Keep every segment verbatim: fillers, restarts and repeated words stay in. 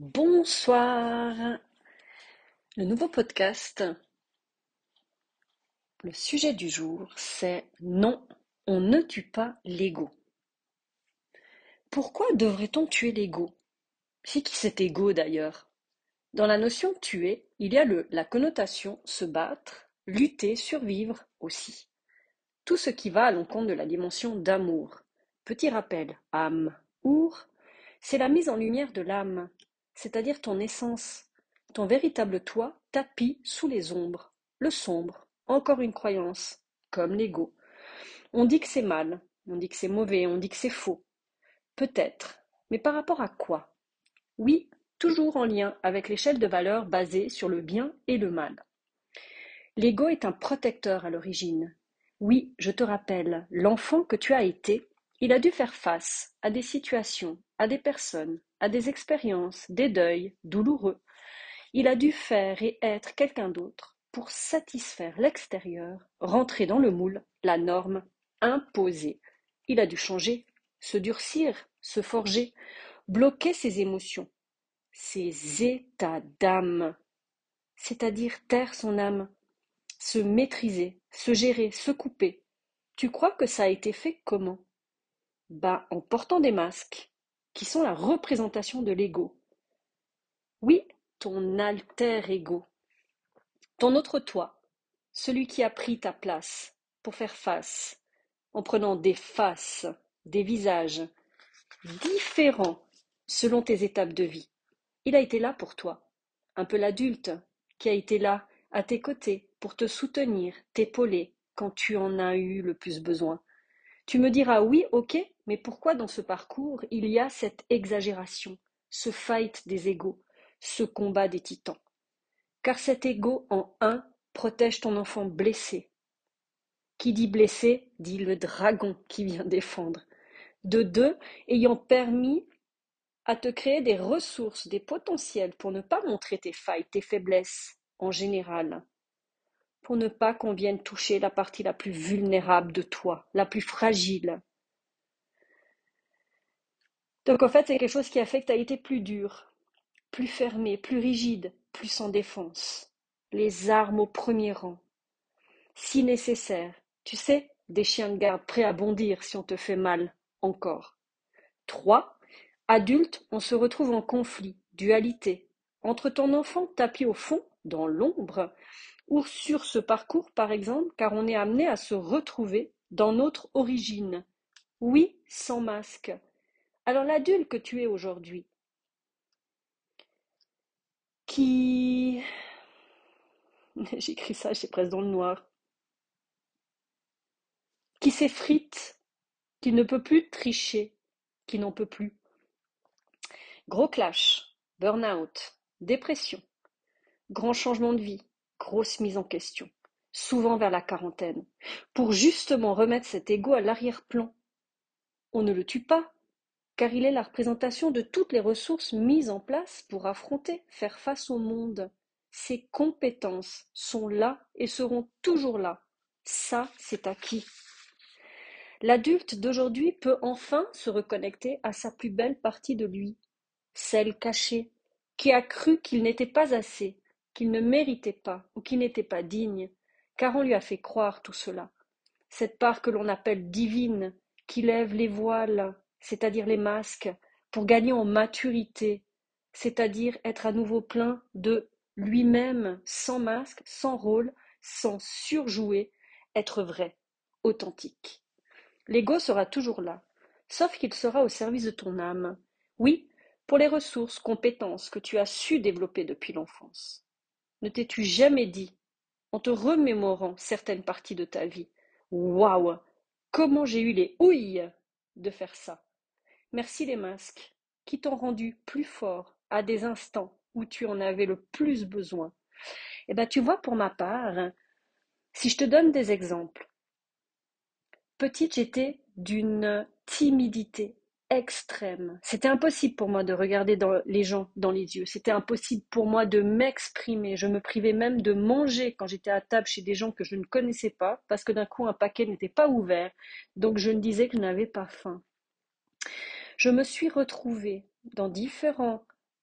Bonsoir. Le nouveau podcast, le sujet du jour, c'est non, on ne tue pas l'ego. Pourquoi devrait-on tuer l'ego? C'est qui cet ego d'ailleurs? Dans la notion tuer, il y a le, la connotation se battre, lutter, survivre aussi. Tout ce qui va à l'encontre de la dimension d'amour. Petit rappel, âme, our, c'est la mise en lumière de l'âme, c'est-à-dire ton essence, ton véritable toi tapis sous les ombres, le sombre, encore une croyance, comme l'ego. On dit que c'est mal, on dit que c'est mauvais, on dit que c'est faux. Peut-être, mais par rapport à quoi? Oui, toujours en lien avec l'échelle de valeurs basée sur le bien et le mal. L'ego est un protecteur à l'origine. Oui, je te rappelle, l'enfant que tu as été, il a dû faire face à des situations, à des personnes, à des expériences, des deuils douloureux. Il a dû faire et être quelqu'un d'autre pour satisfaire l'extérieur, rentrer dans le moule, la norme, imposée. Il a dû changer, se durcir, se forger, bloquer ses émotions, ses états d'âme, c'est-à-dire taire son âme, se maîtriser, se gérer, se couper. Tu crois que ça a été fait comment? Ben, en portant des masques, qui sont la représentation de l'ego. Oui, ton alter ego, ton autre toi, celui qui a pris ta place pour faire face, en prenant des faces, des visages différents selon tes étapes de vie. Il a été là pour toi, un peu l'adulte qui a été là à tes côtés pour te soutenir, t'épauler quand tu en as eu le plus besoin. Tu me diras oui, ok, mais pourquoi dans ce parcours il y a cette exagération, ce fight des égos, ce combat des titans? Car cet ego en un protège ton enfant blessé. Qui dit blessé dit le dragon qui vient défendre. De deux, ayant permis à te créer des ressources, des potentiels pour ne pas montrer tes failles, tes faiblesses en général, pour ne pas qu'on vienne toucher la partie la plus vulnérable de toi, la plus fragile. Donc en fait, c'est quelque chose qui a fait que tu as été plus dur, plus fermé, plus rigide, plus sans défense. Les armes au premier rang, si nécessaire. Tu sais, des chiens de garde prêts à bondir si on te fait mal, encore. Trois, adulte, on se retrouve en conflit, dualité, entre ton enfant tapis au fond, dans l'ombre, ou sur ce parcours, par exemple, car on est amené à se retrouver dans notre origine. Oui, sans masque. Alors l'adulte que tu es aujourd'hui, qui... J'écris ça, j'ai presque dans le noir. Qui s'effrite, qui ne peut plus tricher, qui n'en peut plus. Gros clash, burn-out, dépression, grand changement de vie, grosse mise en question, souvent vers la quarantaine, pour justement remettre cet ego à l'arrière-plan. On ne le tue pas, car il est la représentation de toutes les ressources mises en place pour affronter, faire face au monde. Ses compétences sont là et seront toujours là. Ça, c'est acquis. L'adulte d'aujourd'hui peut enfin se reconnecter à sa plus belle partie de lui, celle cachée, qui a cru qu'il n'était pas assez, qu'il ne méritait pas ou qu'il n'était pas digne, car on lui a fait croire tout cela. Cette part que l'on appelle divine, qui lève les voiles, c'est-à-dire les masques, pour gagner en maturité, c'est-à-dire être à nouveau plein de lui-même, sans masque, sans rôle, sans surjouer, être vrai, authentique. L'ego sera toujours là, sauf qu'il sera au service de ton âme. Oui, pour les ressources, compétences que tu as su développer depuis l'enfance. Ne t'es-tu jamais dit, en te remémorant certaines parties de ta vie, waouh, comment j'ai eu les houilles de faire ça. Merci les masques qui t'ont rendu plus fort à des instants où tu en avais le plus besoin. Eh bien, tu vois, pour ma part, si je te donne des exemples, petite, j'étais d'une timidité extrême. C'était impossible pour moi de regarder dans les gens dans les yeux. C'était impossible pour moi de m'exprimer. Je me privais même de manger quand j'étais à table chez des gens que je ne connaissais pas, parce que d'un coup un paquet n'était pas ouvert. Donc je me disais que je n'avais pas faim. Je me suis retrouvée dans différents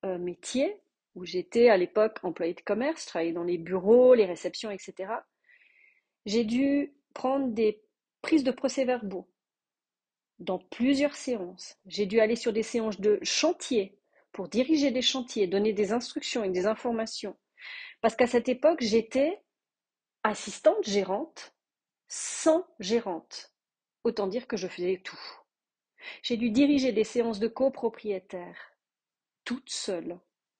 euh, métiers, où j'étais à l'époque employée de commerce, je travaillais dans les bureaux, les réceptions, et cetera, j'ai dû prendre des prises de procès-verbaux dans plusieurs séances. J'ai dû aller sur des séances de chantier pour diriger des chantiers, donner des instructions et des informations. Parce qu'à cette époque, j'étais assistante gérante sans gérante. Autant dire que je faisais tout. J'ai dû diriger des séances de copropriétaires, toute seule.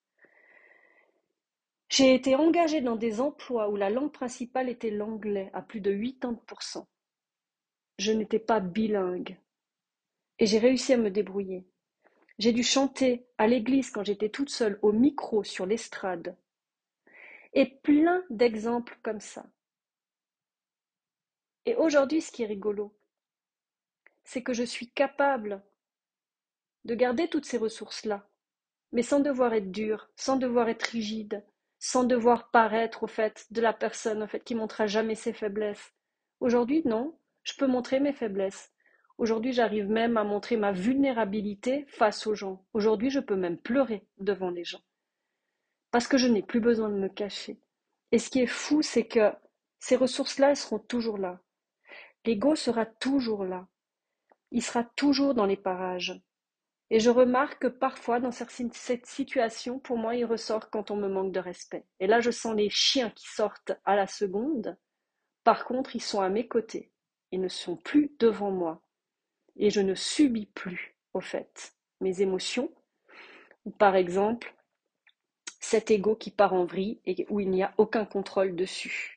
J'ai été engagée dans des emplois où la langue principale était l'anglais à plus de quatre-vingts pour cent. Je n'étais pas bilingue et j'ai réussi à me débrouiller. J'ai dû chanter à l'église quand j'étais toute seule au micro sur l'estrade. Et plein d'exemples comme ça. Et aujourd'hui, ce qui est rigolo, c'est que je suis capable de garder toutes ces ressources-là, mais sans devoir être dure, sans devoir être rigide, sans devoir paraître au fait de la personne au fait qui montrera jamais ses faiblesses. Aujourd'hui, non, je peux montrer mes faiblesses. Aujourd'hui, j'arrive même à montrer ma vulnérabilité face aux gens. Aujourd'hui, je peux même pleurer devant les gens. Parce que je n'ai plus besoin de me cacher. Et ce qui est fou, c'est que ces ressources-là, elles seront toujours là. L'ego sera toujours là. Il sera toujours dans les parages. Et je remarque que parfois, dans certaines situations, pour moi, il ressort quand on me manque de respect. Et là, je sens les chiens qui sortent à la seconde. Par contre, ils sont à mes côtés. Ils ne sont plus devant moi. Et je ne subis plus, au fait, mes émotions. Ou par exemple, cet ego qui part en vrille et où il n'y a aucun contrôle dessus.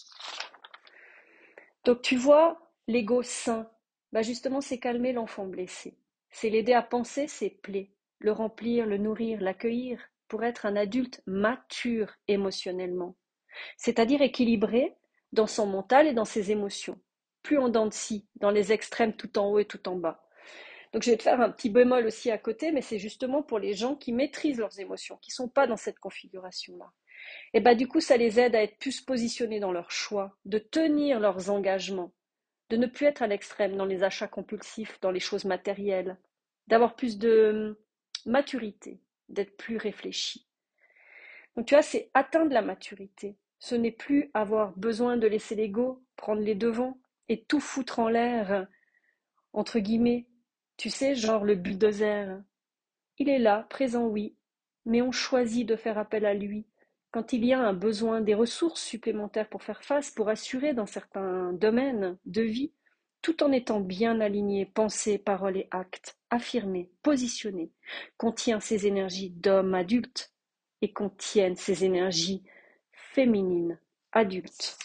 Donc tu vois, l'ego sain, bah justement, c'est calmer l'enfant blessé. C'est l'aider à penser ses plaies, le remplir, le nourrir, l'accueillir pour être un adulte mature émotionnellement, c'est-à-dire équilibré dans son mental et dans ses émotions, plus en dents de scie, dans les extrêmes tout en haut et tout en bas. Donc je vais te faire un petit bémol aussi à côté, mais c'est justement pour les gens qui maîtrisent leurs émotions, qui ne sont pas dans cette configuration-là. Et bah du coup, ça les aide à être plus positionnés dans leurs choix, de tenir leurs engagements, de ne plus être à l'extrême dans les achats compulsifs, dans les choses matérielles, d'avoir plus de maturité, d'être plus réfléchi. Donc tu vois, c'est atteindre la maturité. Ce n'est plus avoir besoin de laisser l'ego prendre les devants et tout foutre en l'air, entre guillemets. Tu sais, genre le bulldozer. Il est là, présent, oui, mais on choisit de faire appel à lui quand il y a un besoin, des ressources supplémentaires pour faire face, pour assurer dans certains domaines de vie, tout en étant bien aligné, pensée, parole et acte, affirmé, positionné, contient ses énergies d'homme adulte et contiennent ses énergies féminines adultes.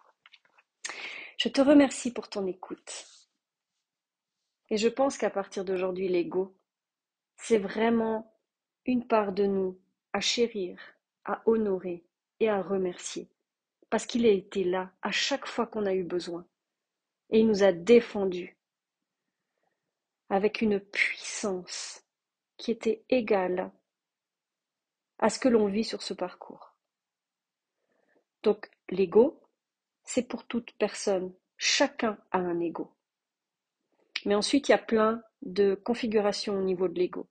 Je te remercie pour ton écoute. Et je pense qu'à partir d'aujourd'hui, l'ego, c'est vraiment une part de nous à chérir, à honorer et à remercier. Parce qu'il a été là à chaque fois qu'on a eu besoin. Et il nous a défendus avec une puissance qui était égale à ce que l'on vit sur ce parcours. Donc l'ego, c'est pour toute personne. Chacun a un ego. Mais ensuite, il y a plein de configurations au niveau de l'ego.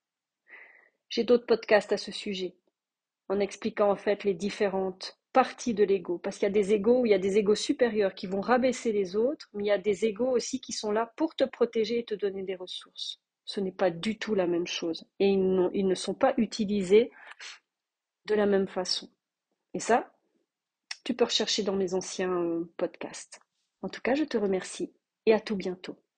J'ai d'autres podcasts à ce sujet, en expliquant en fait les différentes parties de l'ego. Parce qu'il y a des égos où il y a des égos supérieurs qui vont rabaisser les autres, mais il y a des égos aussi qui sont là pour te protéger et te donner des ressources. Ce n'est pas du tout la même chose. Et ils, ils ne sont pas utilisés de la même façon. Et ça, tu peux rechercher dans mes anciens euh, podcasts. En tout cas, je te remercie et à tout bientôt.